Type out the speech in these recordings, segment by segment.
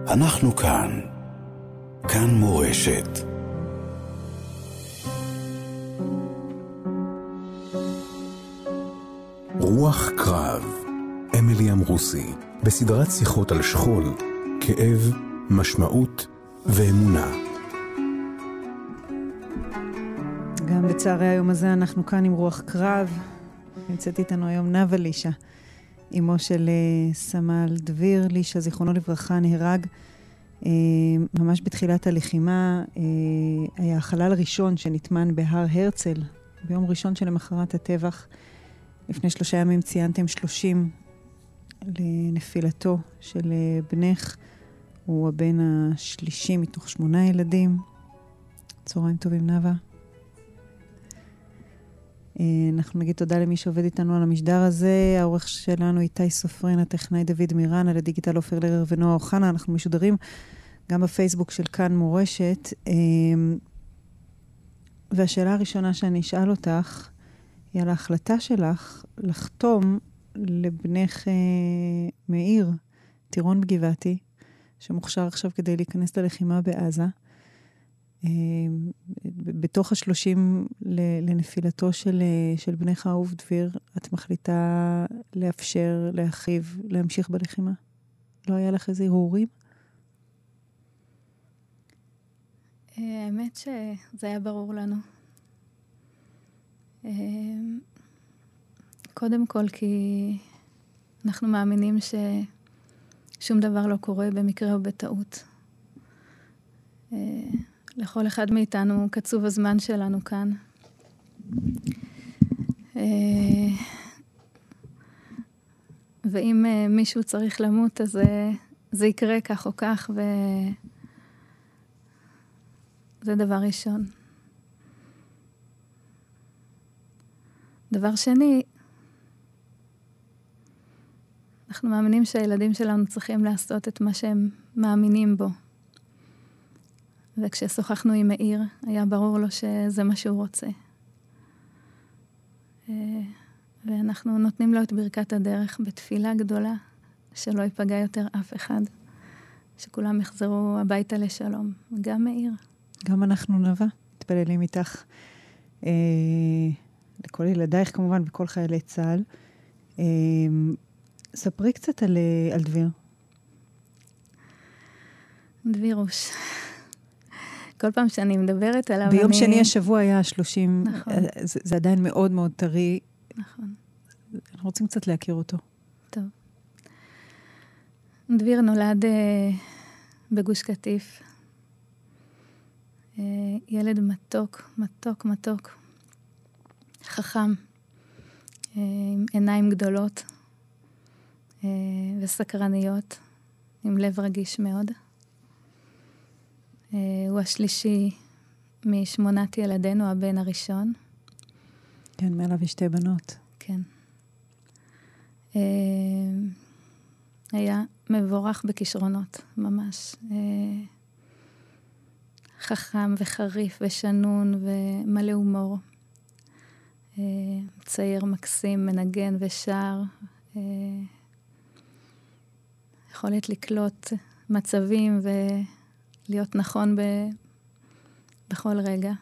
אנחנו כאן. כאן מורשת. רוח קרב, אמילי אמרוסי, בסדרת שיחות על שכול, כאב, משמעות ואמונה. גם בצערי היום הזה אנחנו כאן עם רוח קרב. נמצאת איתנו היום נאוה לישה, אמו של סמל דביר לישה, זיכרונו לברכה, נהרג ממש בתחילת הלחימה. היה החלל הראשון שנטמן בהר הרצל, ביום ראשון שלמחרת הטבח. לפני 3 ימים ציינתם 30 לנפילתו של בנך. הוא הבן השלישי מתוך 8 ילדים. צהריים טובים, נאוה. אנחנו נגיד תודה למי שעובד איתנו על המשדר הזה. העורך שלנו איתי סופרין, הטכנאי דוד מירן, על הדיגיטל אופיר לרר ונועה אוחנה. אנחנו משודרים גם בפייסבוק של כאן מורשת. והשאלה הראשונה שאני אשאל אותך היא על ההחלטה שלך לחתום לבנך מאיר, טירון בגבעתי, שמוכשר עכשיו כדי להיכנס ללחימה בעזה. בתוך 30 לנפילתו של בנך האהוב דביר, את מחליטה לאפשר, לאחיו, להמשיך בלחימה? לא היה לך איזה הרהורים? האמת שזה היה ברור לנו. קודם כל כי אנחנו מאמינים ששום דבר לא קורה במקרה או בטעות. לכל אחד מאיתנו קצוב הזמן שלנו כאן. ואם מישהו צריך למות, אז זה יקרה כך או כך, וזה דבר ראשון. דבר שני, אנחנו מאמינים שהילדים שלנו צריכים לעשות את מה שהם מאמינים בו. וכששוחחנו עם מאיר, היה ברור לו שזה מה שהוא רוצה. ואנחנו נותנים לו את ברכת הדרך בתפילה גדולה, שלא ייפגע יותר אף אחד, שכולם יחזרו הביתה לשלום. וגם מאיר. גם אנחנו נאוה, מתפללים איתך. לכל ילדייך כמובן, וכל חיילי צה"ל. ספרי קצת על דביר. דבירוש. כל פעם שאני מדברת עליו, ביום שני השבוע היה 30, נכון. זה עדיין מאוד מאוד טרי. נכון. אנחנו רוצים קצת להכיר אותו. טוב. דביר נולד בגוש קטיף. ילד מתוק, מתוק, מתוק. חכם. עם עיניים גדולות. וסקרניות. עם לב רגיש מאוד. הוא השלישי מ8 ילדינו, הבן הראשון. כן, מעליו יש 2 בנות. כן. היה מבורך בכישרונות, ממש. חכם וחריף ושנון ומלא הומור. צעיר מקסים, מנגן ושר. יכולת לקלוט מצבים להיות נכון בכל רגע.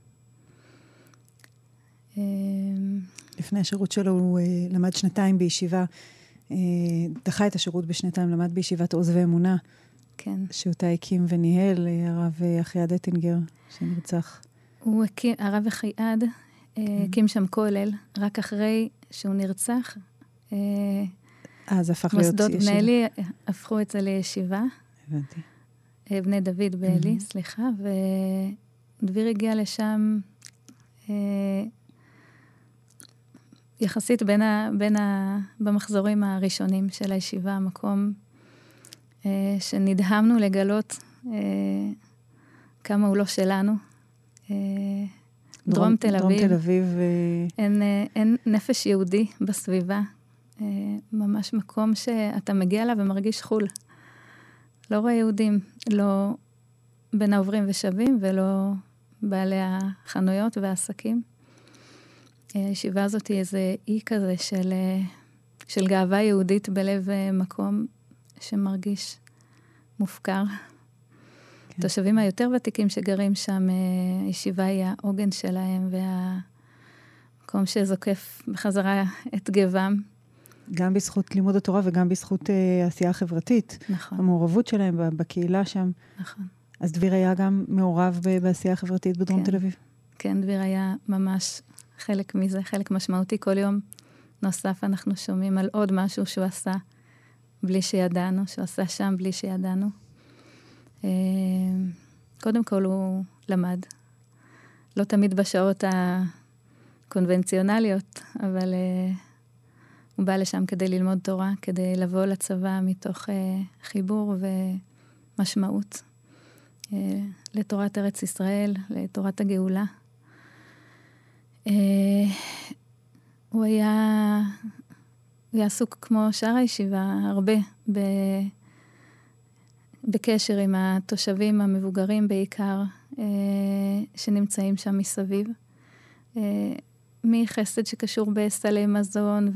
לפני השירות שלו הוא למד 2 בישיבה, דחה את השירות ב2, למד בישיבת עוז ואמונה, כן. שאותה הקים וניהל הרב אחיעד אטינגר, שנרצח. הרב אחיעד הקים שם כולל, רק אחרי שהוא נרצח. אז הפך להיות ישיבה. מוסדות בני אלי הפכו את זה לישיבה. הבנתי. בני דוד באלי, סליחה, ודביר הגיע לשם יחסית במחזורים הראשונים של הישיבה, המקום שנדהמנו לגלות כמה הוא לא שלנו. דרום תל אביב. אין נפש יהודי בסביבה. ממש מקום שאתה מגיע אליו ומרגיש חול. לא רואה יהודים, לא בין העוברים ושבים, ולא בעלי החנויות והעסקים. הישיבה הזאת היא איזה אי כזה של גאווה יהודית בלב מקום שמרגיש מופקר. התושבים היותר ותיקים שגרים שם, הישיבה היא העוגן שלהם, והמקום שזוקף בחזרה את גבם. גם בזכות לימוד התורה וגם בזכות עשייה חברתית. נכון. המעורבות שלהם בקהילה שם. נכון. אז דביר היה גם מעורב בעשייה חברתית בדרום תל אביב? כן, דביר היה ממש חלק מזה, חלק משמעותי. כל יום נוסף אנחנו שומעים על עוד משהו שהוא עשה בלי שידענו, שהוא עשה שם בלי שידענו. קודם כל הוא למד. לא תמיד בשעות הקונבנציונליות, אבל הוא בא לשם כדי ללמוד תורה, כדי לבוא לצבא מתוך חיבור ומשמעות לתורת ארץ ישראל, לתורת הגאולה. הוא היה עסוק כמו שאר הישיבה, הרבה בקשר עם התושבים המבוגרים בעיקר, שנמצאים שם מסביב. מחסד שקשור בסלי מזון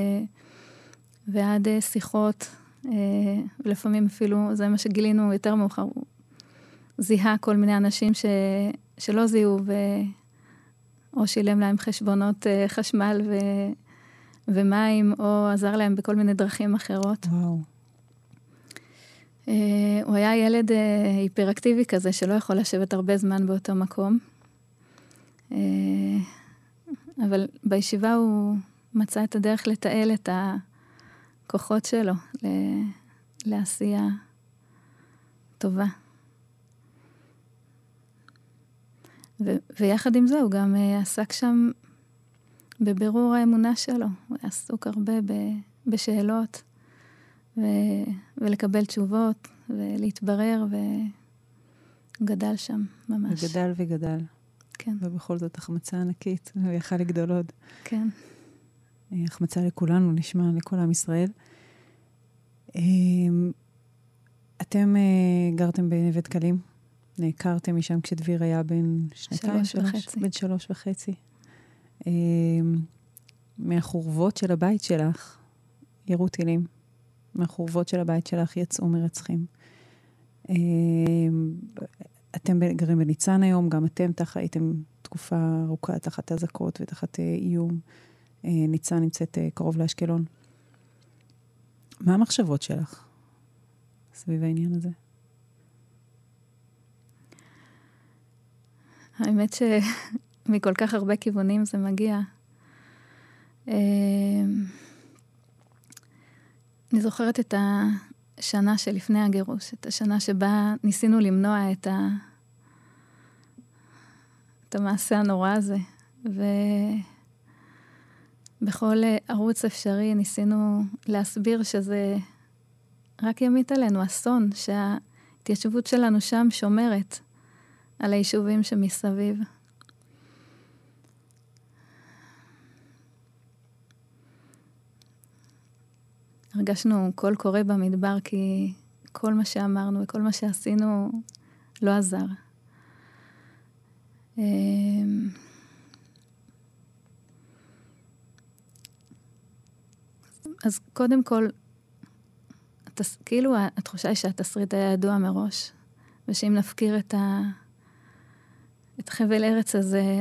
ועד שיחות, ולפעמים אפילו, זה מה שגילינו יותר מאוחר, הוא זיהה כל מיני אנשים שלא זיהו, או שילם להם חשבונות חשמל ומים, או עזר להם בכל מיני דרכים אחרות. וואו. הוא היה ילד היפראקטיבי כזה, שלא יכול לשבת הרבה זמן באותו מקום. אבל בישיבה הוא מצא את הדרך לתעל את הכוחות שלו לעשייה טובה. ויחד עם זה הוא גם עסק שם בבירור האמונה שלו. הוא היה עסוק הרבה בשאלות ולקבל תשובות ולהתברר, וגדל שם ממש. וגדל וגדל. כן. ובכל זאת החמצה ענקית, ויכל לגדול עוד. כן. החמצה לכולנו, נשמע לכל עם ישראל. אתם גרתם בנווה דקלים, נעקרתם משם כשדביר היה בן 3.5. בן 3.5. מהחורבות של הבית שלך ירו טילים. מהחורבות של הבית שלך יצאו מרצחים. אתם גרים בניצן היום, גם אתם הייתם תקופה ארוכה תחת אזעקות ותחת איום. ניצן נמצאת קרוב לאשקלון. מה המחשבות שלך סביב העניין הזה? האמת שמכל כך הרבה כיוונים זה מגיע. אני זוכרת את השנה שלפני הגירוש, את השנה שבה ניסינו למנוע את המעשה הנורא הזה. ובכל ערוץ אפשרי ניסינו להסביר שזה רק ימית עלינו אסון, שההתיישבות שלנו שם שומרת על היישובים שמסביב. הרגשנו קול קורא במדבר, כי כל מה שאמרנו וכל מה שעשינו לא עזר. אז קודם כל, כאילו התחושה היא שהתסריט היה ידוע מראש, ושאם נפקיר את חבל ארץ הזה,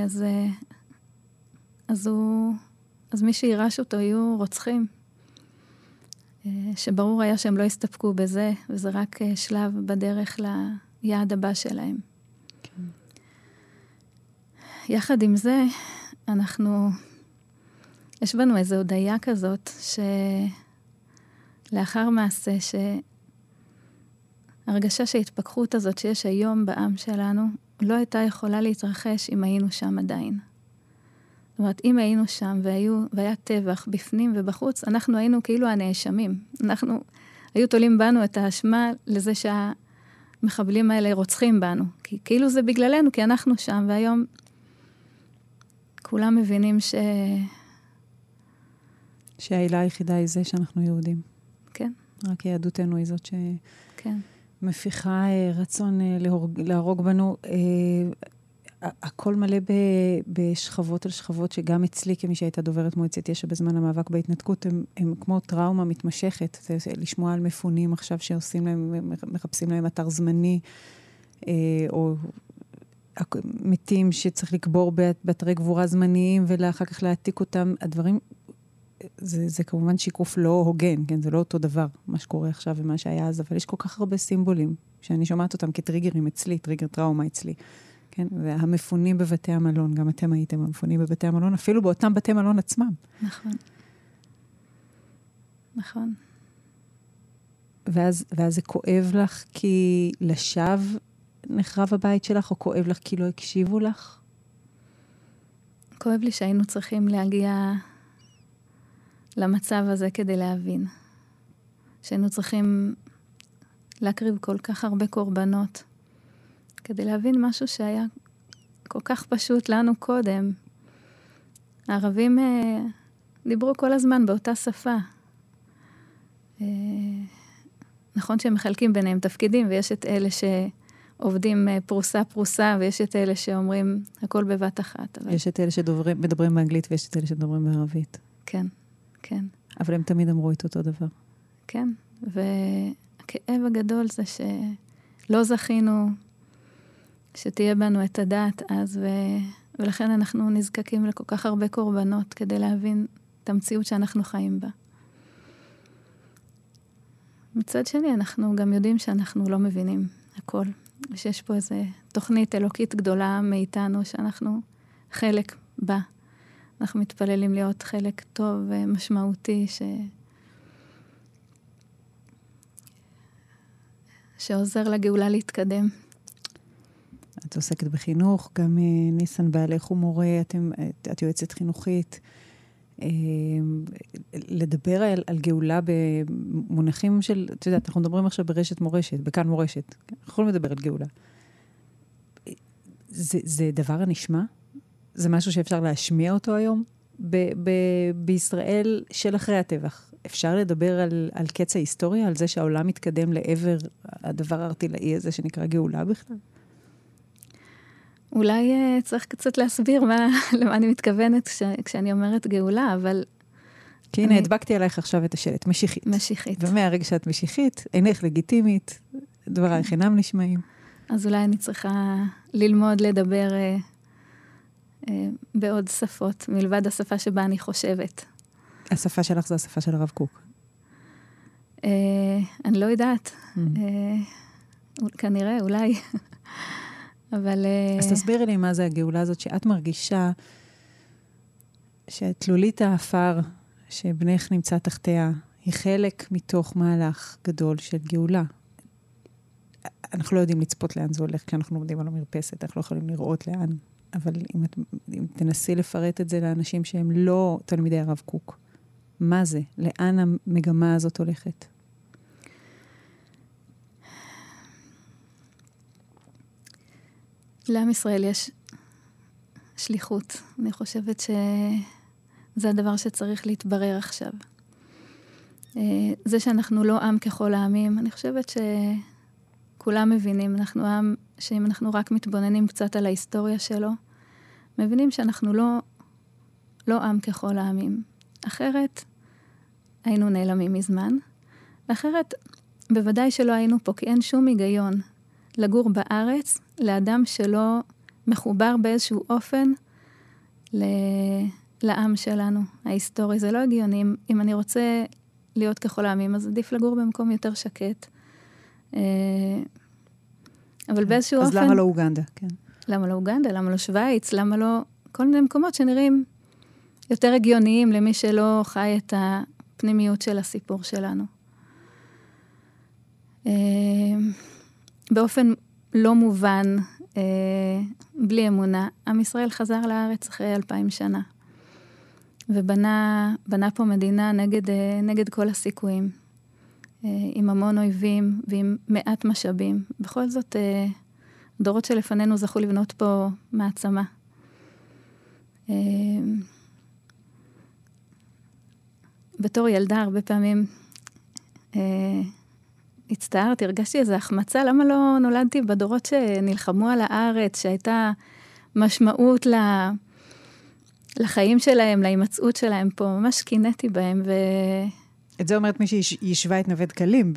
אז מי שירש אותו יהיו רוצחים. שברור היה שהם לא הסתפקו בזה, וזה רק שלב בדרך ליעד הבא שלהם. כן. יחד עם זה, יש בנו איזו הודעה כזאת, שלאחר מעשה, שהרגשה שההתפכחות הזאת שיש היום בעם שלנו, לא הייתה יכולה להתרחש אם היינו שם עדיין. זאת אומרת, אם היינו שם והיה טבח בפנים ובחוץ, אנחנו היינו כאילו הנאשמים. היו תולים בנו את האשמה לזה שהמחבלים האלה רוצחים בנו. כי כאילו זה בגללנו, כי אנחנו שם, והיום כולם מבינים שהעילה היחידה היא זה שאנחנו יהודים. כן. רק יהדותנו היא זאת כן. שמפיחה רצון להרוג בנו. הכל מלא בשכבות על שכבות, שגם אצלי, כמי שהייתה דוברת מועצת יש"ע בזמן המאבק בהתנתקות, הם כמו טראומה מתמשכת. לשמוע על מפונים עכשיו שעושים להם, מחפשים להם אתר זמני, או מתים שצריך לקבור באתרי גבורה זמניים, ואחר כך להעתיק אותם. הדברים, זה כמובן שיקוף לא הוגן, כן? זה לא אותו דבר, מה שקורה עכשיו ומה שהיה אז, אבל יש כל כך הרבה סימבולים, שאני שומעת אותם כטריגרים אצלי, טריגר טראומה אצלי. כן? והמפונים בבתי המלון, גם אתם הייתם המפונים בבתי המלון, אפילו באותם בתי מלון עצמם. נכון. נכון. ואז זה כואב לך כי לשווא נחרב הבית שלך, או כואב לך כי לא הקשיבו לך? כואב לי שהיינו צריכים להגיע למצב הזה כדי להבין. שהיינו צריכים להקריב כל כך הרבה קורבנות, כדי להבין משהו שהיה כל כך פשוט לנו קודם. הערבים דיברו כל הזמן באותה שפה. נכון שהם מחלקים ביניהם תפקידים, ויש את אלה שעובדים פרוסה, ויש את אלה שאומרים הכל בבת אחת. אבל... יש את אלה שמדברים באנגלית, ויש את אלה שמדברים בערבית. כן, כן. אבל הם תמיד אמרו את אותו דבר. כן, והכאב הגדול זה שלא זכינו שתהיה בנו את הדעת אז, ולכן אנחנו נזקקים לכל כך הרבה קורבנות כדי להבין את המציאות שאנחנו חיים בה. מצד שני, אנחנו גם יודעים שאנחנו לא מבינים הכל, ושיש פה איזו תוכנית אלוקית גדולה מאיתנו, שאנחנו חלק בה. אנחנו מתפללים להיות חלק טוב ומשמעותי, שעוזר לגאולה להתקדם. את עוסקת בחינוך, גם ניסן בעלך הוא מורה, את יועצת חינוכית. לדבר על גאולה במונחים של, את יודעת, אנחנו מדברים עכשיו ברשת מורשת, בכאן מורשת. אנחנו יכולים לדבר על גאולה. זה דבר הנשמע? זה משהו שאפשר להשמיע אותו היום? בישראל של אחרי הטבח. אפשר לדבר על קץ ההיסטוריה, על זה שהעולם מתקדם לעבר הדבר הארטילאי הזה שנקרא גאולה בכלל? אולי צריך קצת להסביר למה אני מתכוונת כשאני אומרת גאולה, אבל... כי הנה, הדבקתי עלייך עכשיו את השלט, משיחית. משיחית. ומהרגע שאת משיחית, אינך לגיטימית, דברייך אינם נשמעים. אז אולי אני צריכה ללמוד לדבר בעוד שפות, מלבד השפה שבה אני חושבת. השפה שלך זה השפה של הרב קוק. אני לא יודעת. כנראה, אולי... אבל... אז תסבירי לי מה זה הגאולה הזאת, שאת מרגישה שתלולית האפר שבנך נמצא תחתיה, היא חלק מתוך מהלך גדול של גאולה. אנחנו לא יודעים לצפות לאן זה הולך, כשאנחנו עומדים על המרפסת, אנחנו לא יכולים לראות לאן. אבל אם תנסי לפרט את זה לאנשים שהם לא תלמידי הרב קוק, מה זה? לאן המגמה הזאת הולכת? לעם ישראל יש שליחות. אני חושבת שזה הדבר שצריך להתברר עכשיו. זה שאנחנו לא עם ככל העמים, אני חושבת שכולם מבינים. אנחנו עם שאם אנחנו רק מתבוננים קצת על ההיסטוריה שלו, מבינים שאנחנו לא עם ככל העמים. אחרת היינו נעלמים מזמן, ואחרת בוודאי שלא היינו פה, כי אין שום היגיון לגור בארץ לאדם שלא מחובר באיזשהו אופן לעם שלנו, ההיסטורי. זה לא הגיוני. אם אני רוצה להיות ככל העמים, אז עדיף לגור במקום יותר שקט. אבל באיזשהו אופן... אז למה לא אוגנדה? כן. למה לא אוגנדה? למה לא שוויץ? למה לא... כל מיני מקומות שנראים יותר הגיוניים למי שלא חי את הפנימיות של הסיפור שלנו. באופן לא מובן, בלי אמונה, עם ישראל חזר לארץ אחרי 2000 שנה. ובנה פה מדינה נגד כל הסיכויים. עם המון אויבים ועם מעט משאבים. בכל זאת, דורות שלפנינו זכו לבנות פה מעצמה. בתור ילדה הרבה פעמים הצטערתי, הרגשתי איזו החמצה, למה לא נולדתי בדורות שנלחמו על הארץ, שהייתה משמעות לחיים שלהם, להימצאות שלהם פה, ממש קינאתי בהם. את זה אומרת מי שישבה את נווה דקלים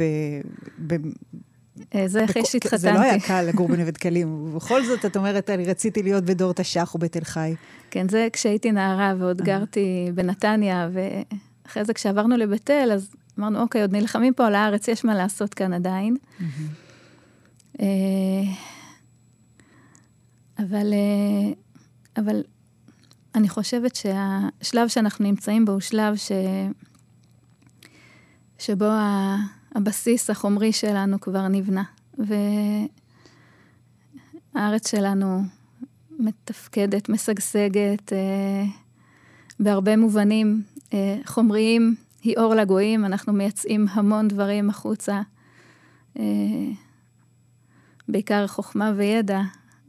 זה אחרי שהתחתנתי. זה לא היה קל לגור בנווה דקלים, ובכל זאת את אומרת, אני רציתי להיות בדור תש"ח או בתל חי. כן, זה כשהייתי נערה ועוד גרתי בנתניה, ואחרי זה כשעברנו לבית אל, אז אמרנו, אוקיי, עוד נלחמים פה על הארץ, יש מה לעשות כאן עדיין. אבל אני חושבת שהשלב שאנחנו נמצאים בו הוא שלב שבו הבסיס החומרי שלנו כבר נבנה, והארץ שלנו מתפקדת, משגשגת, בהרבה מובנים חומריים, היא אור לגויים, אנחנו מייצאים המון דברים החוצה, בעיקר חוכמה וידע,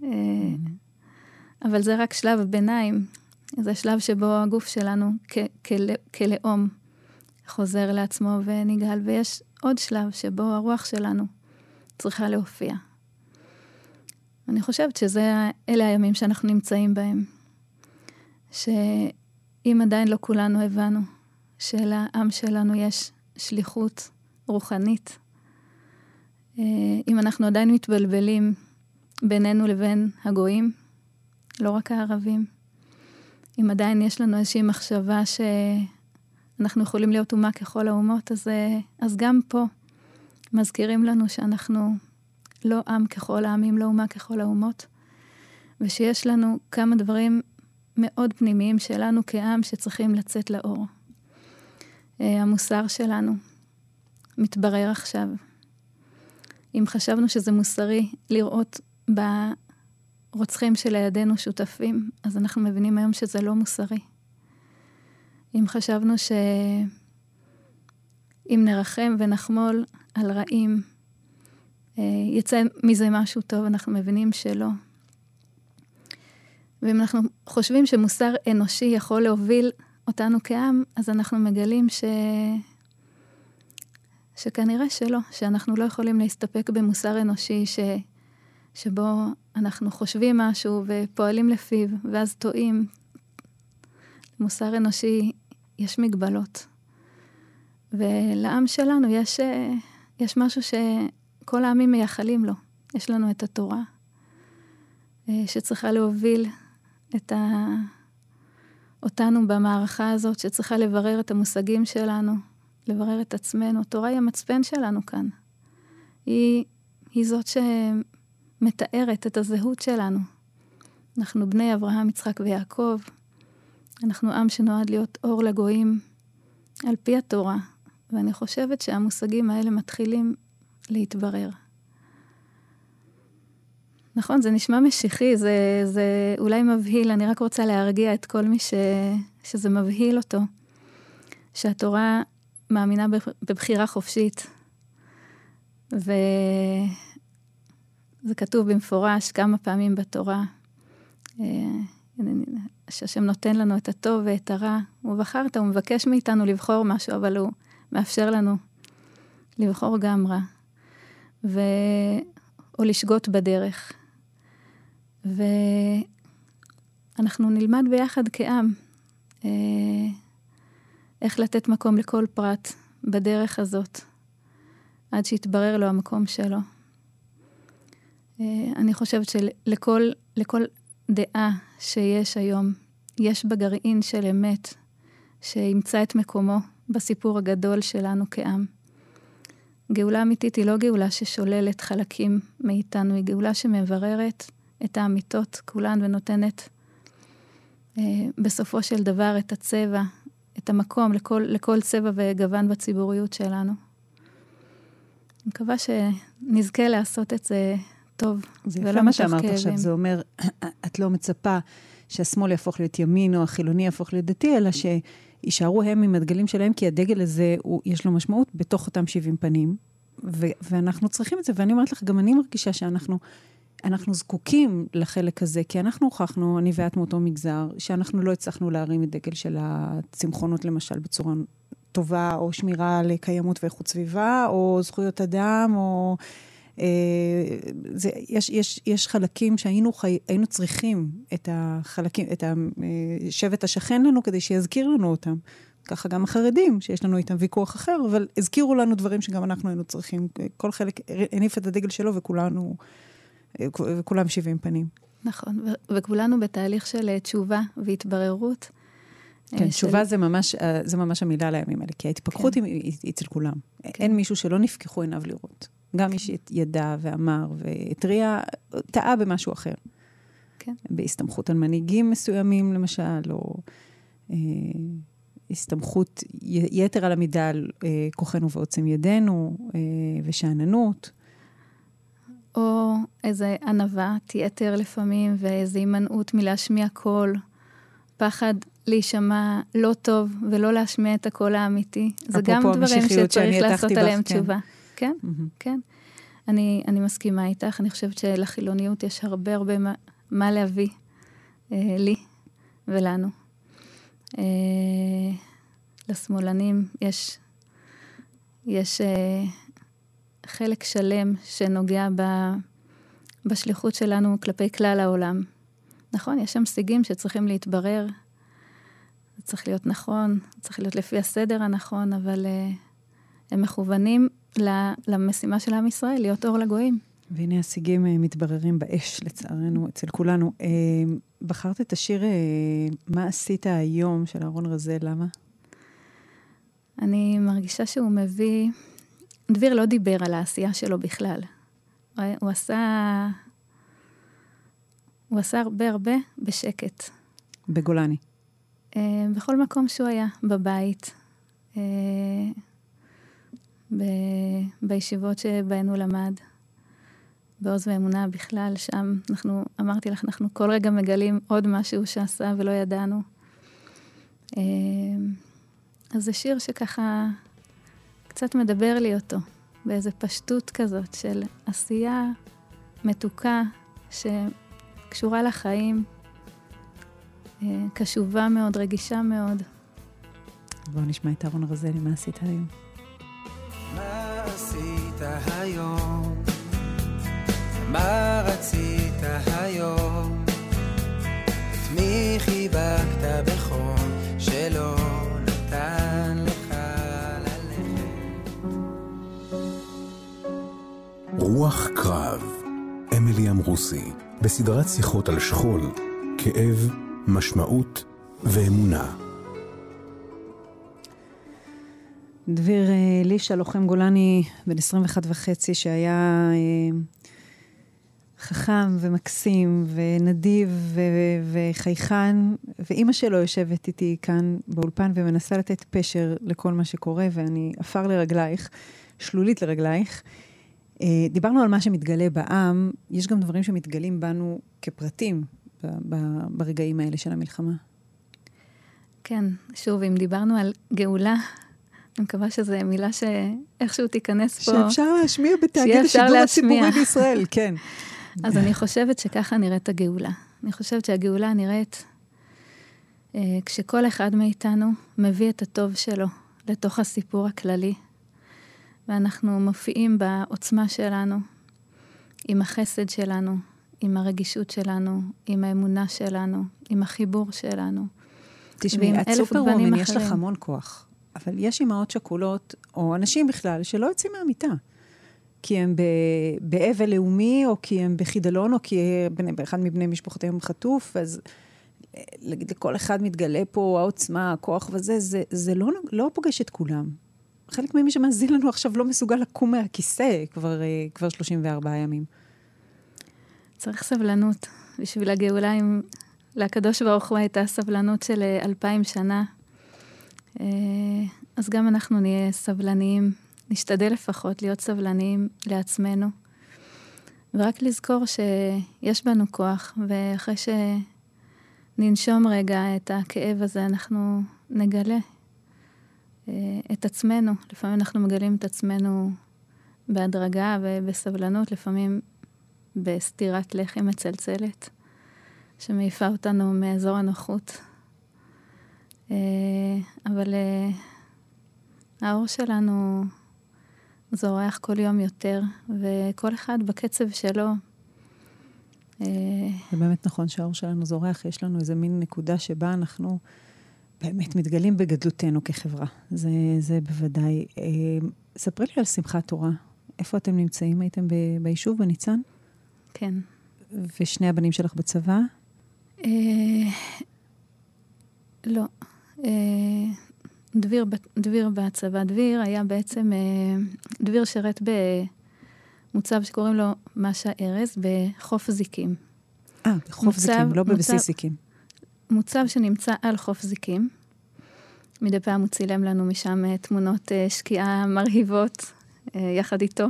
אבל זה רק שלב ביניים, זה שלב שבו הגוף שלנו כלאום חוזר לעצמו ונגאל, ויש עוד שלב שבו הרוח שלנו צריכה להופיע. אני חושבת שאלה הימים שאנחנו נמצאים בהם, שאם עדיין לא כולנו הבנו שלעם שלנו יש שליחות רוחנית, אם אנחנו עדיין מתבלבלים בינינו לבין הגויים, לא רק הערבים, אם עדיין יש לנו איזושהי מחשבה שאנחנו יכולים להיות אומה ככל האומות, אז גם פה מזכירים לנו שאנחנו לא עם ככל העמים, לא אומה ככל האומות, ושיש לנו כמה דברים מאוד פנימיים שלנו כעם שצריכים לצאת לאור. המוסר שלנו מתברר עכשיו. אם חשבנו שזה מוסרי לראות ברוצחים שלידינו שותפים, אז אנחנו מבינים היום שזה לא מוסרי. אם חשבנו שאם נרחם ונחמול על רעים, יצא מזה משהו טוב, אנחנו מבינים שלא. ואם אנחנו חושבים שמוסר אנושי יכול להוביל אותנו כעם, אז אנחנו מגלים שכנראה שלא, שאנחנו לא יכולים להסתפק במוסר אנושי שבו אנחנו חושבים משהו ופועלים לפיו, ואז טועים. מוסר אנושי יש מגבלות. ולעם שלנו יש משהו שכל העמים מייחלים לו. יש לנו את התורה, שצריכה להוביל אותנו במערכה הזאת, שצריכה לברר את המושגים שלנו, לברר את עצמנו. התורה היא המצפן שלנו כאן. היא זאת שמתארת את הזהות שלנו. אנחנו בני אברהם, יצחק ויעקב. אנחנו עם שנועד להיות אור לגויים על פי התורה. ואני חושבת שהמושגים האלה מתחילים להתברר. נכון, זה נשמע משיחי, זה אולי מבהיל, אני רק רוצה להרגיע את כל מי שזה מבהיל אותו, שהתורה מאמינה בבחירה חופשית, וזה כתוב במפורש כמה פעמים בתורה, שהשם נותן לנו את הטוב ואת הרע, הוא מבקש מאיתנו לבחור משהו, אבל הוא מאפשר לנו לבחור גם רע, או לשגות בדרך. ואנחנו נלמד ביחד כעם איך לתת מקום לכל פרט בדרך הזאת, עד שיתברר לו המקום שלו. אני חושבת שלכל דעה שיש היום, יש בגרעין של אמת, שימצא את מקומו בסיפור הגדול שלנו כעם. גאולה אמיתית היא לא גאולה ששוללת חלקים מאיתנו, היא גאולה שמבררת את האמיתות כולן ונותנת בסופו של דבר את הצבע, את המקום לכל צבע וגוון בציבוריות שלנו. אני מקווה שנזכה לעשות את זה טוב. זה יפה מה שאמרת עכשיו, זה אומר, את לא מצפה שהשמאל יהפוך להיות ימין או החילוני יהפוך להיות דתי, אלא שישארו הם עם הדגלים שלהם, כי הדגל הזה יש לו משמעות בתוך אותם 70 פנים, ואנחנו צריכים את זה, ואני אומרת לך, גם אני מרגישה שאנחנו זקוקים לחלק הזה, כי אנחנו הוכחנו, אני ואת מאותו מגזר, שאנחנו לא הצלחנו להרים את דגל של הצמחונות למשל בצורה טובה, או שמירה לקיימות ואיכות סביבה, או זכויות אדם, או יש חלקים שהיינו צריכים את החלקים, את השבט השכן לנו, כדי שיזכיר לנו אותם. ככה גם החרדים, שיש לנו איתם ויכוח אחר, אבל הזכירו לנו דברים שגם אנחנו היינו צריכים. כל חלק הניף את הדגל שלו, וכולם 70 פנים. נכון, וכולנו בתהליך של תשובה והתבררות. כן, תשובה זה ממש המילה לימים האלה, כי ההתפכחות היא אצל כולם. אין מישהו שלא נפקחו עיניו לראות. גם מי שידע ואמר והטריע, טעה במשהו אחר. כן. בהסתמכות על מנהיגים מסוימים, למשל, או הסתמכות יתר על המידה על כוחנו ועוצם ידינו, ושעננות. או איזה ענווה, יתר לפעמים, ואיזו הימנעות מלהשמיע קול, פחד להישמע לא טוב, ולא להשמיע את הקול האמיתי. זה גם דברים שצריך לעשות עליהם תשובה. כן, כן. אני מסכימה איתך, אני חושבת שלחילוניות יש הרבה מה להביא לי ולנו. לשמאלנים יש חלק שלם שנוגע בשליחות שלנו כלפי כלל העולם. נכון, יש שם שיגים שצריכים להתברר, זה צריך להיות נכון, צריך להיות לפי הסדר הנכון, אבל הם מכוונים למשימה של עם ישראל, להיות אור לגויים. והנה השיגים מתבררים באש, לצערנו, אצל כולנו. בחרת את השיר מה עשית היום של אהרון רזל, למה? אני מרגישה שהוא מביא... דביר לא דיבר על העשייה שלו בכלל. הוא עשה הרבה בשקט. בגולני. בכל מקום שהוא היה, בבית, בישיבות שבהן הוא למד, בעוז ואמונה בכלל, שם אמרתי לך, אנחנו כל רגע מגלים עוד משהו שעשה ולא ידענו. אז זה שיר שככה קצת מדבר לי אותו, באיזו פשטות כזאת של עשייה מתוקה שקשורה לחיים, קשובה מאוד, רגישה מאוד. בואו נשמע את אהרון רזל, מה עשית היום? מה עשית היום? מה רצית היום? את מי חיבקת בחום שלא נתן לך ללכת? רוח קרב, אמילי אמרוסי, בסדרת שיחות על שכול, כאב, משמעות ואמונה. דביר לישה, לוחם גולני, בן 21 וחצי, שהיה חכם ומקסים ונדיב וחייכן, ואימא שלו יושבת איתי כאן באולפן ומנסה לתת פשר לכל מה שקורה, ואני אפר לרגלייך, שלולית לרגלייך. דיברנו על מה שמתגלה בעם, יש גם דברים שמתגלים בנו כפרטים ברגעים האלה של המלחמה. כן, שוב, אם דיברנו על גאולה, אני מקווה שזו מילה שאיכשהו תיכנס פה. שאפשר להשמיע בתאגיד השידור הציבורי בישראל, כן. אז אני חושבת שככה נראית הגאולה. אני חושבת שהגאולה נראית כשכל אחד מאיתנו מביא את הטוב שלו לתוך הסיפור הכללי, ואנחנו מופיעים בעוצמה שלנו, עם החסד שלנו, עם הרגישות שלנו, עם האמונה שלנו, עם החיבור שלנו. תשמעי, את סופרוומן, יש לך המון כוח. אבל יש אמהות שכולות, או אנשים בכלל, שלא יוצאים מהמיטה. כי הם באבל לאומי, או כי הם בחידלון, או כי אחד מבני משפחותיהם חטוף, אז לכל אחד מתגלה פה העוצמה, הכוח וזה, זה לא פוגש את כולם. חלק ממי שמאזין לנו עכשיו לא מסוגל לקום מהכיסא כבר 34 ימים. צריך סבלנות. בשביל הגאולה, לקדוש ברוך הוא הייתה סבלנות של 2000 שנה. אז גם אנחנו נהיה סבלניים, נשתדל לפחות להיות סבלניים לעצמנו, ורק לזכור שיש בנו כוח, ואחרי שננשום רגע את הכאב הזה, אנחנו נגלה את עצמנו. לפעמים אנחנו מגלים את עצמנו בהדרגה ובסבלנות, לפעמים בסתירת לחי מצלצלת, שמעיפה אותנו מאזור הנוחות. אבל האור שלנו זורח כל יום יותר, וכל אחד בקצב שלו. זה באמת נכון שהאור שלנו זורח, יש לנו איזה מין נקודה שבה אנחנו באמת מתגלים בגדלותנו כחברה. זה בוודאי. ספרי לי על שמחת תורה. איפה אתם נמצאים? הייתם ביישוב, בניצן? כן. ושני הבנים שלך בצבא? לא. דביר בצבא. דביר היה בעצם, דביר שרת במוצב שקוראים לו משה ארז, בחוף זיקים. בחוף זיקים, לא בבסיס זיקים. מוצב שנמצא על חוף זיקים. מדי פעם הוא צילם לנו משם תמונות שקיעה מרהיבות, יחד איתו.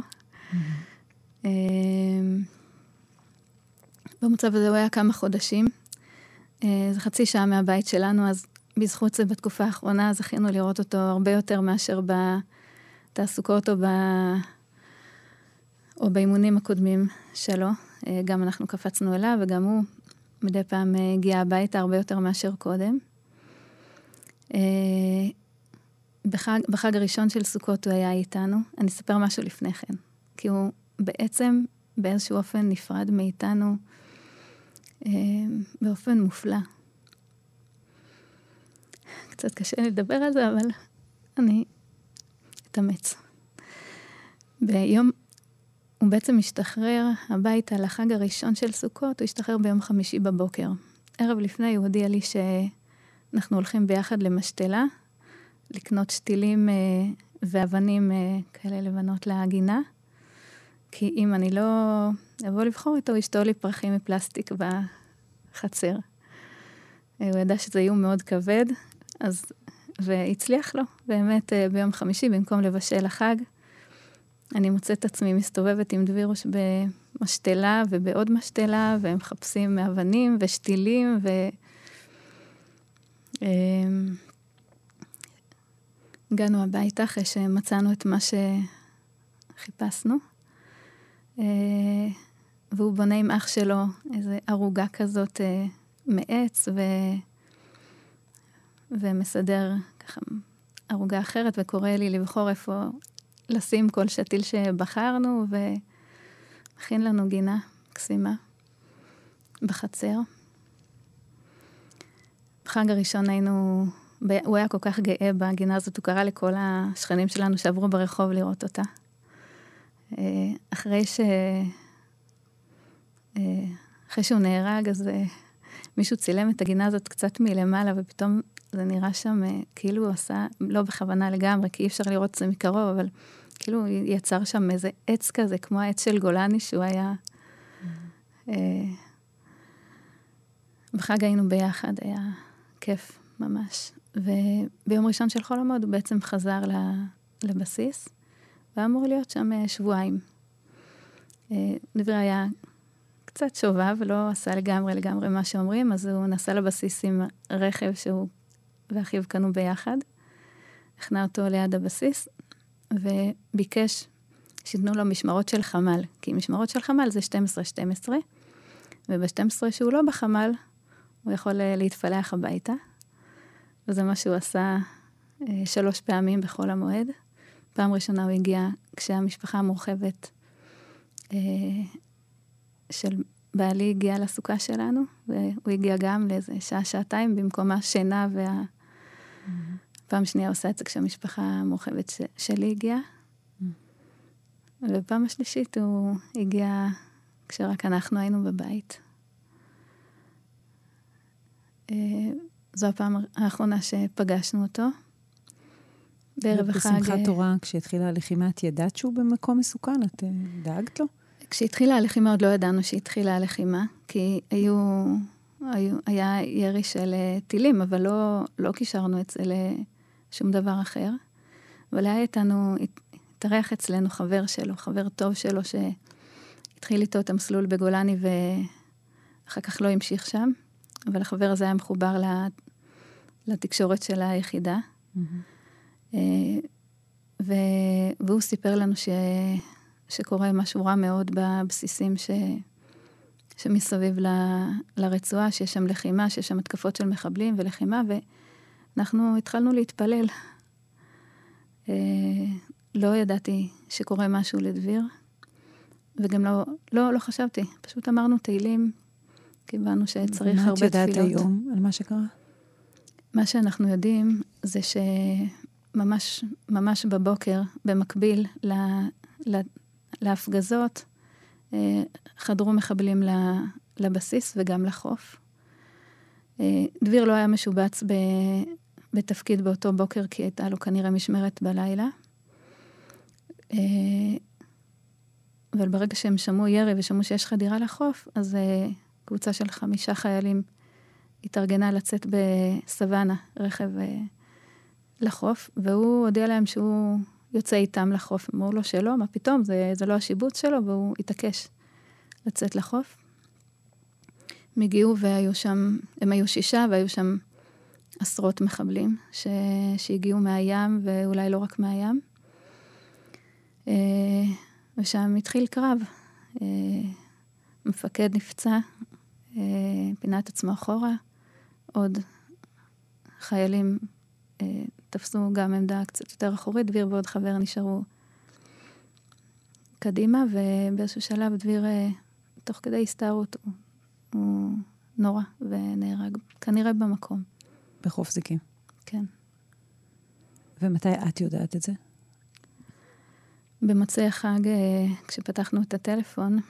במוצב הזה הוא היה כמה חודשים. זה חצי שעה מהבית שלנו, אז בזכות זה בתקופה האחרונה זכינו לראות אותו הרבה יותר מאשר בתעסוקות או באימונים הקודמים שלו. גם אנחנו קפצנו אליו, וגם הוא מדי פעם הגיע הביתה הרבה יותר מאשר קודם. בחג הראשון של סוכות הוא היה איתנו. אני אספר משהו לפני כן, כי הוא בעצם באיזשהו אופן נפרד מאיתנו באופן מופלא. קצת קשה לדבר על זה, אבל אני אתאמץ. הוא בעצם משתחרר הביתה לחג הראשון של סוכות, הוא השתחרר ביום חמישי בבוקר. ערב לפני הוא הודיע לי שאנחנו הולכים ביחד למשתלה, לקנות שתילים ואבנים כאלה לבנות להגינה, כי אם אני לא אבוא לבחור איתו, ישתול לי פרחים מפלסטיק בחצר. הוא ידע שזה איום מאוד כבד, והצליח לו. באמת ביום חמישי, במקום לבשל החג, אני מוצאת עצמי מסתובבת עם דבירוש במשתלה ובעוד משתלה, והם מחפשים אבנים ושתילים, הגענו הביתה אחרי שמצאנו את מה שחיפשנו. והוא בונה עם אח שלו איזו ערוגה כזאת מעץ, ומסדר ככה ערוגה אחרת, וקורא לי לבחור איפה לשים כל שתיל שבחרנו, ומכין לנו גינה קסימה בחצר. בחג הראשון הוא היה כל כך גאה בגינה הזאת, הוא קרא לכל השכנים שלנו שעברו ברחוב לראות אותה. אחרי שהוא נהרג, אז מישהו צילם את הגינה הזאת קצת מלמעלה, ופתאום זה נראה שם כאילו הוא עשה, לא בכוונה לגמרי, כי אי אפשר לראות את זה מקרוב, אבל כאילו הוא יצר שם איזה עץ כזה, כמו העץ של גולני, שהוא היה... בחג היינו ביחד, היה כיף ממש. וביום ראשון של חול המועד הוא בעצם חזר לבסיס, ואמור להיות שם שבועיים. דביר היה קצת שובב, ולא עשה לגמרי מה שאומרים, אז הוא נסע לבסיס עם רכב שהוא ואחיו קנו ביחד, הכנה אותו ליד הבסיס, וביקש שיתנו לו משמרות של חמל, כי משמרות של חמל זה 12-12, וב-12 שהוא לא בחמל, הוא יכול להתפלח הביתה, וזה מה שהוא עשה 3 פעמים בחול המועד. פעם ראשונה הוא הגיע כשהמשפחה המורחבת של בעלי הגיעה לסוכה שלנו, והוא הגיע גם לאיזה שעה-שעתיים, במקום השינה, פעם שנייה עושה את זה כשהמשפחה המורחבת שלי הגיעה. ופעם השלישית הוא הגיע כשרק אנחנו היינו בבית. זו הפעם האחרונה שפגשנו אותו. בערב החג... בשמחת תורה, כשהתחילה הלחימה, את ידעת שהוא במקום מסוכן? את דאגת לו? כשהתחילה הלחימה, עוד לא ידענו שהתחילה הלחימה, כי היה ירי של טילים, אבל לא קישרנו את זה לשום דבר אחר. אבל היה איתנו, התארח אצלנו חבר שלו, חבר טוב שלו, שהתחיל איתו את המסלול בגולני, ואחר כך לא המשיך שם. אבל החבר הזה היה מחובר לתקשורת של היחידה. והוא סיפר לנו שקורה משהו רע מאוד בבסיסים שמסביב לרצועה, שיש שם לחימה, שיש שם התקפות של מחבלים ולחימה, ואנחנו התחלנו להתפלל. לא ידעתי שקורה משהו לדביר, וגם לא חשבתי, פשוט אמרנו תהילים, כי הבנו שצריך הרבה תפילות. מה את יודעת היום על מה שקרה? מה שאנחנו יודעים זה ממש בבוקר, במקביל להפגזות, חדרו מחבלים לבסיס וגם לחוף. דביר לא היה משובץ בתפקיד באותו בוקר, כי הייתה לו כנראה משמרת בלילה. אבל ברגע שהם שמעו ירי ושמעו שיש חדירה לחוף, אז קבוצה של 5 חיילים התארגנה לצאת בסוואנה, רכב לחוף, והוא הודיע להם שהוא יוצא איתם לחוף. אמרו לו שלא, מה פתאום, זה לא השיבוץ שלו, והוא התעקש לצאת לחוף. הם הגיעו והיו שם, הם היו 6, והיו שם עשרות מחבלים שהגיעו מהים, ואולי לא רק מהים. ושם התחיל קרב. מפקד נפצע, פינה את עצמו אחורה, עוד חיילים תפסו גם עמדה קצת יותר אחורית, דביר ועוד חבר נשארו קדימה, ובאיזשהו שלב דביר, תוך כדי הסתערות, הוא נורא ונהרג, כנראה במקום. בחוף זיקים. כן. ומתי את יודעת את זה? במוצאי החג, כשפתחנו את הטלפון,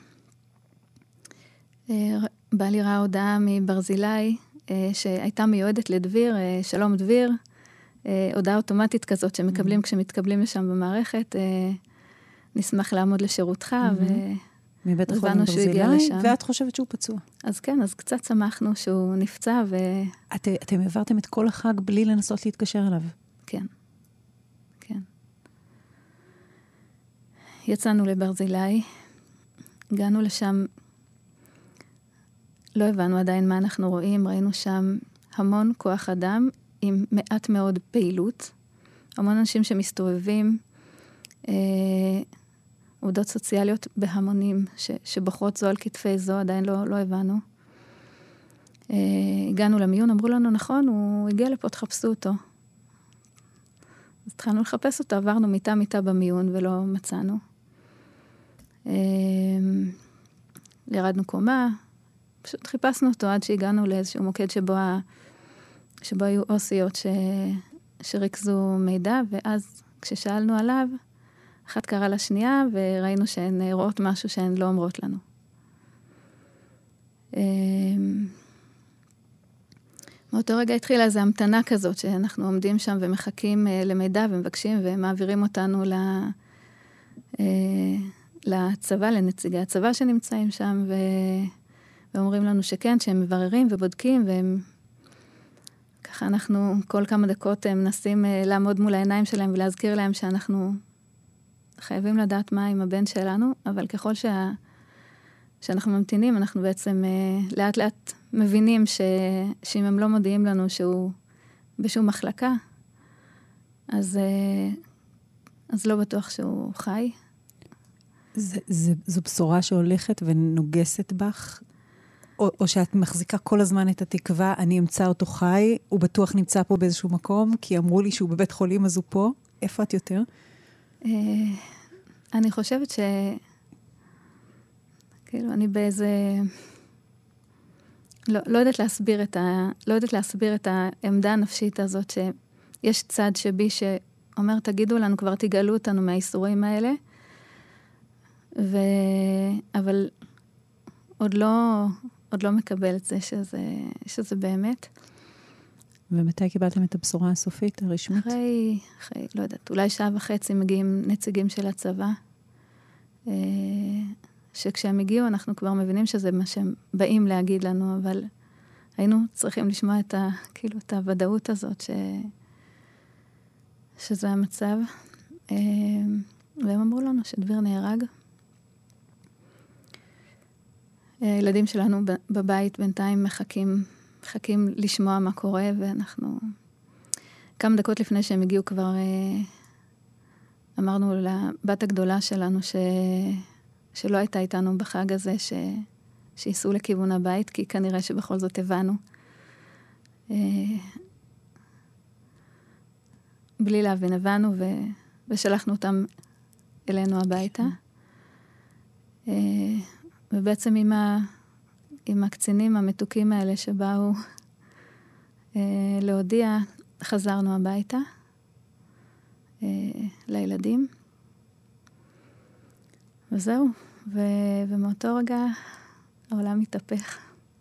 בעלי ראה הודעה מברזילי, שהייתה מיועדת לדביר, שלום דביר, הודעה אוטומטית כזאת שמקבלים כשמתקבלים לשם במערכת, נשמח לעמוד לשירותך, מבית החולים ברזילי, ואת חושבת שהוא פצוע. אז כן, אז קצת שמחנו שהוא נפצע, אתם העברתם את כל החג בלי לנסות להתקשר אליו. כן, כן. יצאנו לברזילי, הגענו לשם, לא הבנו עדיין מה אנחנו רואים, ראינו שם המון כוח אדם, עם מעט מאוד פעילות, המון אנשים שמסתובבים, עובדות סוציאליות בהמונים, שבוחרות זו על כתפי זו, עדיין לא הבנו. הגענו למיון, אמרו לנו, נכון, הוא הגיע לפה, תחפשו אותו. אז התחלנו לחפש אותו, עברנו מיטה במיון ולא מצאנו. ירדנו קומה, פשוט חיפשנו אותו עד שהגענו לאיזשהו מוקד שבו היו אוסיות שריכזו מידע, ואז כששאלנו עליו, אחת קראה לשנייה, וראינו שהן רואות משהו שהן לא אומרות לנו. מאותו רגע התחילה איזו המתנה כזאת, שאנחנו עומדים שם ומחכים למידע ומבקשים, ומעבירים אותנו לצבא, לנציגי הצבא שנמצאים שם, ואומרים לנו שכן, שהם מבררים ובודקים, והם ככה אנחנו כל כמה דקות מנסים לעמוד מול העיניים שלהם ולהזכיר להם שאנחנו חייבים לדעת מה עם הבן שלנו, אבל ככל שאנחנו ממתינים, אנחנו בעצם לאט לאט מבינים שאם הם לא מודיעים לנו שהוא בשום מחלקה, אז לא בטוח שהוא חי. זו בשורה שהולכת ונוגסת בך? או שאת מחזיקה כל הזמן את התקווה, אני אמצא אותו חי, הוא בטוח נמצא פה באיזשהו מקום, כי אמרו לי שהוא בבית חולים, אז הוא פה. איפה את יותר? אני חושבת כאילו, אני באיזה לא יודעת להסביר את העמדה הנפשית הזאת, שיש צד שבי שאומר, תגידו לנו, כבר תגאלו אותנו מהאיסורים האלה, אבל עוד לא מקבל את זה שזה באמת. ומתי קיבלתם את הבשורה הסופית, הרשמית? אחרי, לא יודעת, אולי 1.5 שעה מגיעים נציגים של הצבא, שכשהם הגיעו אנחנו כבר מבינים שזה מה שהם באים להגיד לנו, אבל היינו צריכים לשמוע את הוודאות הזאת שזה המצב. והם אמרו לנו שדביר נהרג. הילדים שלנו בבית בינתיים מחכים לשמוע מה קורה, ואנחנו כמה דקות לפני שהם הגיעו כבר אמרנו לבת הגדולה שלנו שלא הייתה איתנו בחג הזה, שייסעו לכיוון הבית, כי כנראה שבכל זאת הבנו. בלי להבין, הבנו ושלחנו אותם אלינו הביתה. ובעצם עם הקצינים המתוקים האלה שבאו להודיע, חזרנו הביתה לילדים. וזהו, ומאותו רגע העולם מתהפך.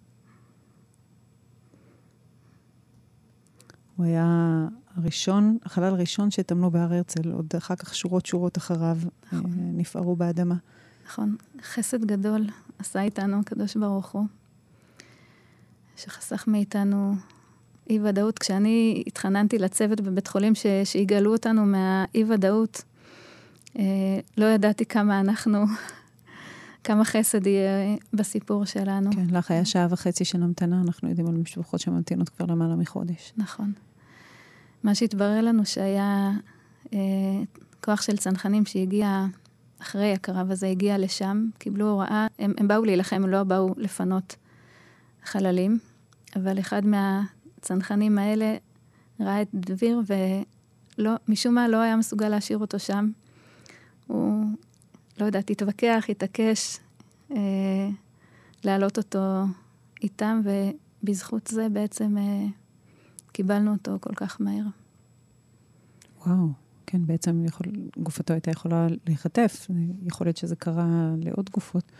הוא היה החלל הראשון שהתאמנו בהר הרצל, עוד אחר כך שורות אחריו נפערו באדמה. נכון, חסד גדול עשה איתנו הקדוש ברוך הוא, שחסך מאיתנו אי ודאות. כשאני התחננתי לצוות בבית חולים שיגאלו אותנו מהאי ודאות, לא ידעתי כמה חסד יהיה בסיפור שלנו. כן, לך היה 1.5 שעה של המתנה, אנחנו יודעים על משפחות שממתינות כבר למעלה מחודש. נכון. מה שהתברר לנו שהיה כוח של צנחנים שהגיע אחרי הקרב הזה, הגיע לשם, קיבלו הוראה, הם באו להילחם, הם לא באו לפנות חללים, אבל אחד מהצנחנים האלה ראה את דביר, ומשום מה לא היה מסוגל להשאיר אותו שם. הוא, לא יודעת, התווכח, התעקש, להעלות אותו איתם, ובזכות זה בעצם קיבלנו אותו כל כך מהר. וואו, כן, בעצם גופתו הייתה יכולה להיחטף. יכול להיות שזה קרה לעוד גופות.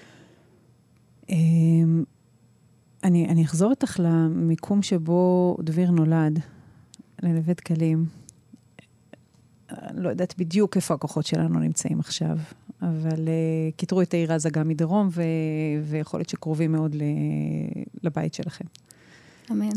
אני אחזור איתך למיקום שבו דביר נולד, לנווה דקלים. לא יודעת בדיוק איפה הכוחות שלנו נמצאים עכשיו, אבל כיתרו את העיר עזה גם מדרום, ויכול להיות שקרובים מאוד לבית שלכם. אמן.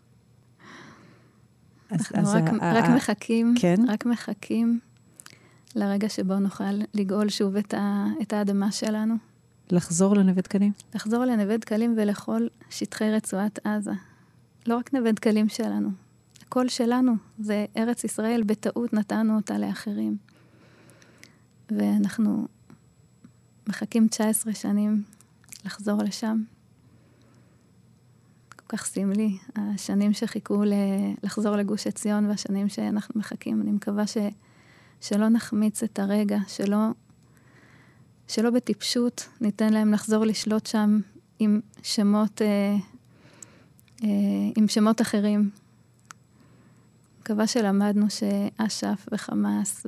אנחנו רק מחכים, כן? רק מחכים לרגע שבו נוכל לגאול שוב את האדמה שלנו. לחזור לנווה דקלים? לחזור לנווה דקלים ולכל שטחי רצועת עזה. לא רק נווה דקלים שלנו. הכל שלנו. זה ארץ ישראל, בטעות נתנו אותה לאחרים. ואנחנו מחכים 19 שנים לחזור לשם. כל כך סמלי. השנים שחיכו לחזור לגוש עציון והשנים שאנחנו מחכים. אני מקווה שלא נחמיץ את הרגע, שלא בטיפשות ניתן להם לחזור לשלוט שם עם שמות אחרים. מקווה שלמדנו שאש"ף וחמאס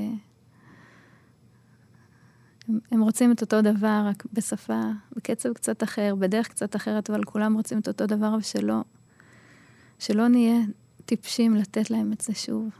הם רוצים את אותו דבר, רק בשפה, בקצב קצת אחר, בדרך קצת אחרת, אבל כולם רוצים את אותו דבר, שלא נהיה טיפשים לתת להם את זה שוב.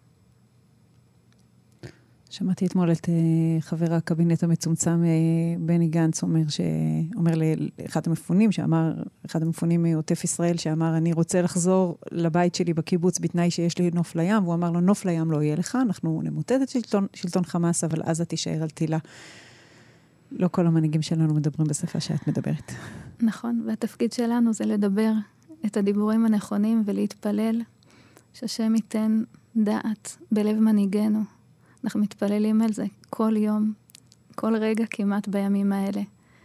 שמעתי אתמול את חבר הקבינט המצומצם, בני גנץ, אומר לאחד המפונים, אחד המפונים מעוטף ישראל, שאמר, אני רוצה לחזור לבית שלי בקיבוץ, בתנאי שיש לי נוף לים, והוא אמר לו, נוף לים לא יהיה לך, אנחנו נמוטט את שלטון חמאס, אבל אז תישאר על תילה. לא כל המנהיגים שלנו מדברים בשפה שאת מדברת. נכון, והתפקיד שלנו זה לדבר את הדיבורים הנכונים, ולהתפלל שהשם ייתן דעת בלב מנהיגנו. אנחנו מתפללים על זה כל יום, כל רגע כמעט בימים האלה.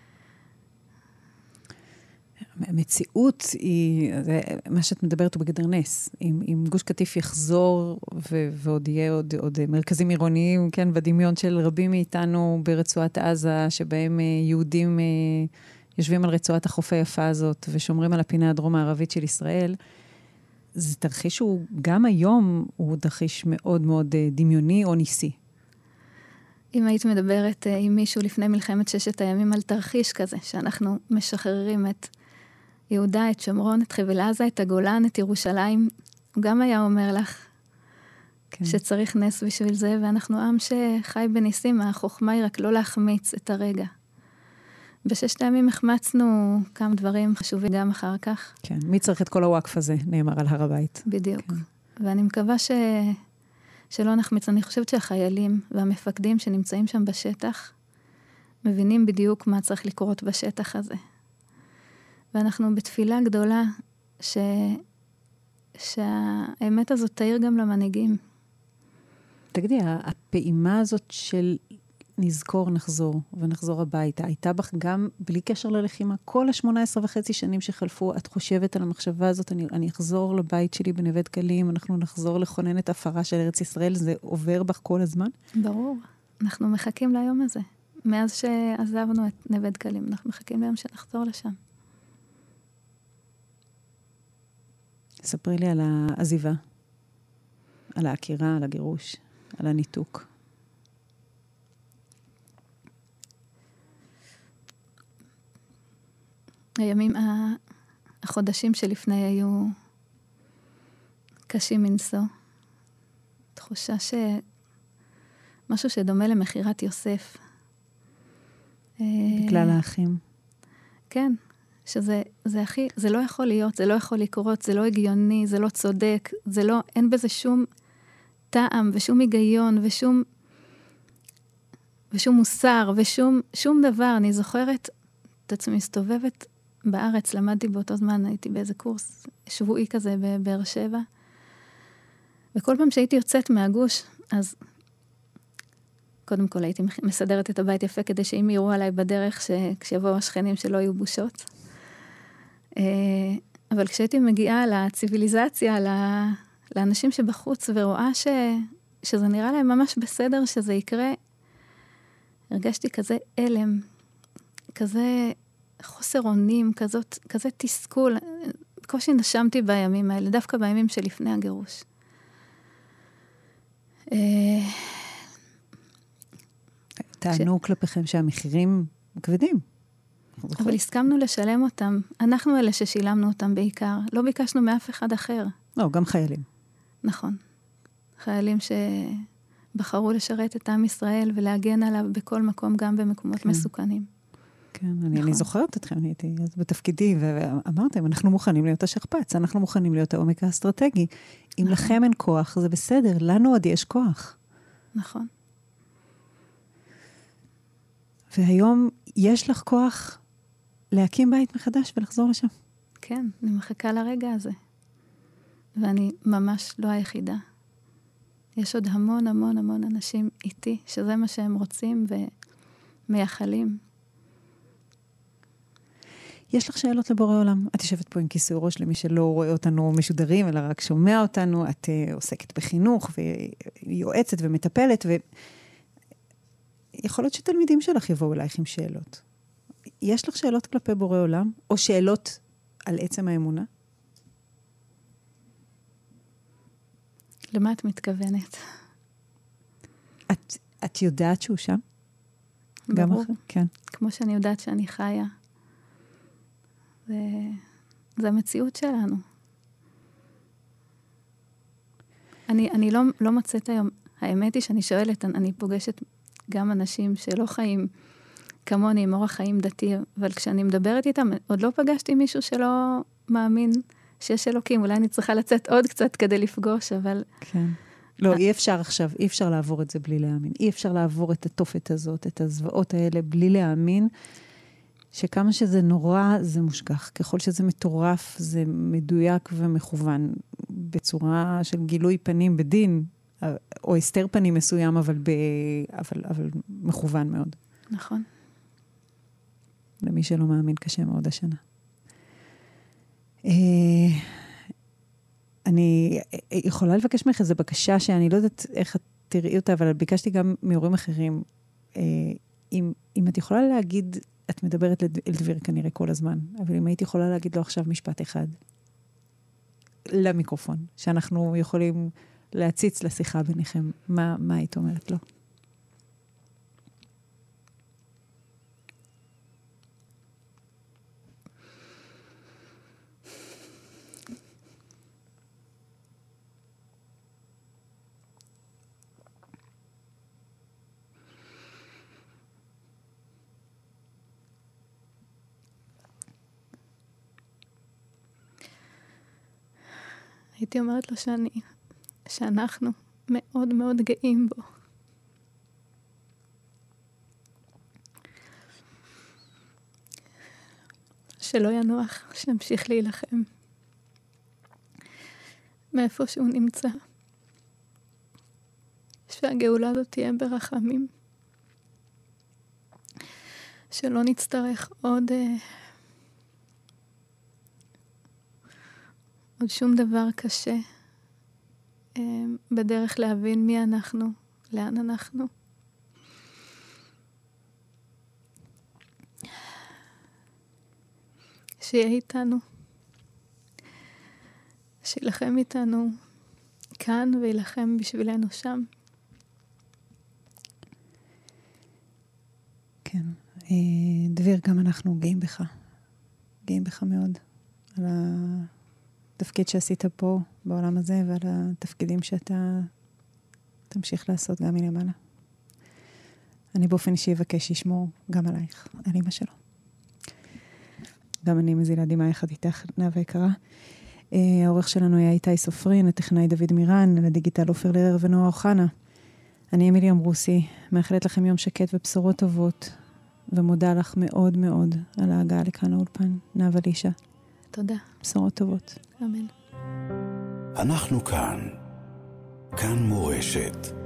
המציאות היא, מה שאת מדברת הוא בגדר נס. אם גוש קטיף יחזור, ועוד יהיה עוד מרכזים עירוניים, כן, בדמיון של רבים מאיתנו ברצועת עזה, שבהם יהודים יושבים על רצועת החוף היפה הזאת, ושומרים על הפינה הדרום הערבית של ישראל, זה תרחיש שהוא גם היום הוא תרחיש מאוד מאוד דמיוני או ניסי. אם היית מדברת עם מישהו לפני מלחמת 6 הימים על תרחיש כזה, שאנחנו משחררים את יהודה, את שומרון, את חבל עזה, את הגולן, את ירושלים, הוא גם היה אומר לך כן. שצריך נס בשביל זה, ואנחנו עם שחי בניסים, החוכמה היא רק לא להחמיץ את הרגע. ב6 הימים החמצנו כמה דברים חשובים גם אחר כך. כן, מי צריך את כל הוואקף הזה, נאמר על הר הבית. בדיוק. כן. ואני מקווה שלא נחמיץ. אני חושבת שהחיילים והמפקדים שנמצאים שם בשטח, מבינים בדיוק מה צריך לקרות בשטח הזה. ואנחנו בתפילה גדולה שהאמת הזאת תאיר גם למנהיגים. תגידי, הפעימה הזאת של נזכור, נחזור ונחזור הביתה, הייתה בך גם בלי קשר ללחימה, כל 18.5 שנים שחלפו, את חושבת על המחשבה הזאת, אני אחזור לבית שלי בנווה דקלים, אנחנו נחזור לכונן את הפרה של ארץ ישראל, זה עובר בך כל הזמן? ברור. אנחנו מחכים ליום הזה. מאז שעזבנו את נווה דקלים, אנחנו מחכים ליום שנחזור לשם. ספרי לי על העזיבה, על העקירה, על הגירוש, על הניתוק. הימים, החודשים שלפני היו קשים מנשוא. תחושה משהו שדומה למחירת יוסף. בגלל האחים. כן, זה לא יכול להיות, זה לא יכול לקרות, זה לא הגיוני, זה לא צודק, אין בזה שום טעם ושום היגיון ושום מוסר ושום דבר. אני זוכרת את עצמי מסתובבת בארץ, למדתי באותו זמן, הייתי באיזה קורס שבועי כזה בבאר שבע, וכל פעם שהייתי יוצאת מהגוש, אז קודם כל הייתי מסדרת את הבית יפה, כדי שאם יראו עליי בדרך, כשיבואו השכנים שלא יהיו בושות. אבל כשהייתי מגיעה לציביליזציה, לאנשים שבחוץ, ורואה שזה נראה להם ממש בסדר שזה יקרה, הרגשתי כזה אלם, כזה חוסר אונים, כזה תסכול. בקושי נשמתי בימים האלה, דווקא בימים שלפני הגירוש. טענו כלפיכם שהמחירים כבדים. אבל הסכמנו לשלם אותם. אנחנו אלה ששילמנו אותם בעיקר. לא ביקשנו מאף אחד אחר. לא, גם חיילים. נכון. חיילים שבחרו לשרת את עם ישראל ולהגן עליו בכל מקום, גם במקומות מסוכנים. כן, אני זוכרת אתכם, אני הייתי בתפקידי, ואמרתם, אנחנו מוכנים להיות השכפ"ץ, אנחנו מוכנים להיות העומק האסטרטגי. אם לכם אין כוח, זה בסדר, לנו עוד יש כוח. נכון. והיום יש לך כוח להקים בית מחדש ולחזור לשם. כן, אני מחכה לרגע הזה. ואני ממש לא היחידה. יש עוד המון המון המון אנשים איתי, שזה מה שהם רוצים ומייחלים. יש לך שאלות לבורא עולם? את יושבת פה עם כיסוי ראש למי שלא רואה אותנו משודרים, אלא רק שומע אותנו. את עוסקת בחינוך ויועצת ומטפלת, ויכול להיות שתלמידים שלך יבואו אלייך עם שאלות. יש לך שאלות כלפי בורא עולם? או שאלות על עצם האמונה? למה את מתכוונת? את יודעת שהוא שם? ברור. כן. כמו שאני יודעת שאני חיה. זה המציאות שלנו. אני לא מוצאת היום, האמת היא שאני שואלת, אני פוגשת גם אנשים שלא חיים כמוני, עם אורח חיים דתי, אבל כשאני מדברת איתם, עוד לא פגשתי מישהו שלא מאמין שיש אלוקים. אולי אני צריכה לצאת עוד קצת כדי לפגוש, אבל... כן. לא, אי אפשר עכשיו, אי אפשר לעבור את זה בלי להאמין. אי אפשר לעבור את התופת הזאת, את הזוועות האלה, בלי להאמין. שכמה שזה נורא, זה מושגח. ככל שזה מטורף, זה מדויק ומכוון, בצורה של גילוי פנים בדין, או הסתר פנים מסוים, אבל מכוון מאוד. נכון. למי שלא מאמין, קשה מאוד השנה. אני יכולה לבקש ממך איזו בקשה, שאני לא יודעת איך את תראי אותה, אבל ביקשתי גם מהורים אחרים, אם את יכולה להגיד, את מדברת אל דביר כנראה כל הזמן, אבל אם הייתי יכולה להגיד לו עכשיו משפט אחד, למיקרופון, שאנחנו יכולים להציץ לשיחה ביניכם, מה היית אומרת לו? הייתי אומרת לו שאנחנו מאוד מאוד גאים בו. שלא ינוח, שימשיך להילחם. מאיפה שהוא נמצא. שהגאולה הזאת תהיה ברחמים. שלא נצטרך עוד שום דבר קשה בדרך להבין מי אנחנו, לאן אנחנו. שיהיה איתנו. שילחם איתנו כאן וילחם בשבילנו שם. כן. דביר, גם אנחנו גאים בך. גאים בך מאוד. על התפקיד שעשית פה, בעולם הזה, ועל התפקידים שאתה תמשיך לעשות גם מלמעלה. אני באופן אישי אבקש לשמור גם עלייך, על אמא שלו. גם אני מזילה דמעה יחד איתך, נאווה יקרה. העורך שלנו היה איתי סופרין, הטכנאי דוד מירן, לדיגיטל עופר לרר ונועה אוחנה. אני אמיליה רוסי, מאחלת לכם יום שקט ובשורות טובות, ומודה לך מאוד מאוד על ההגעה לכאן האולפן. נאווה לישה. תודה. בשורות טובות. אמן. אנחנו כאן. כאן מורשת.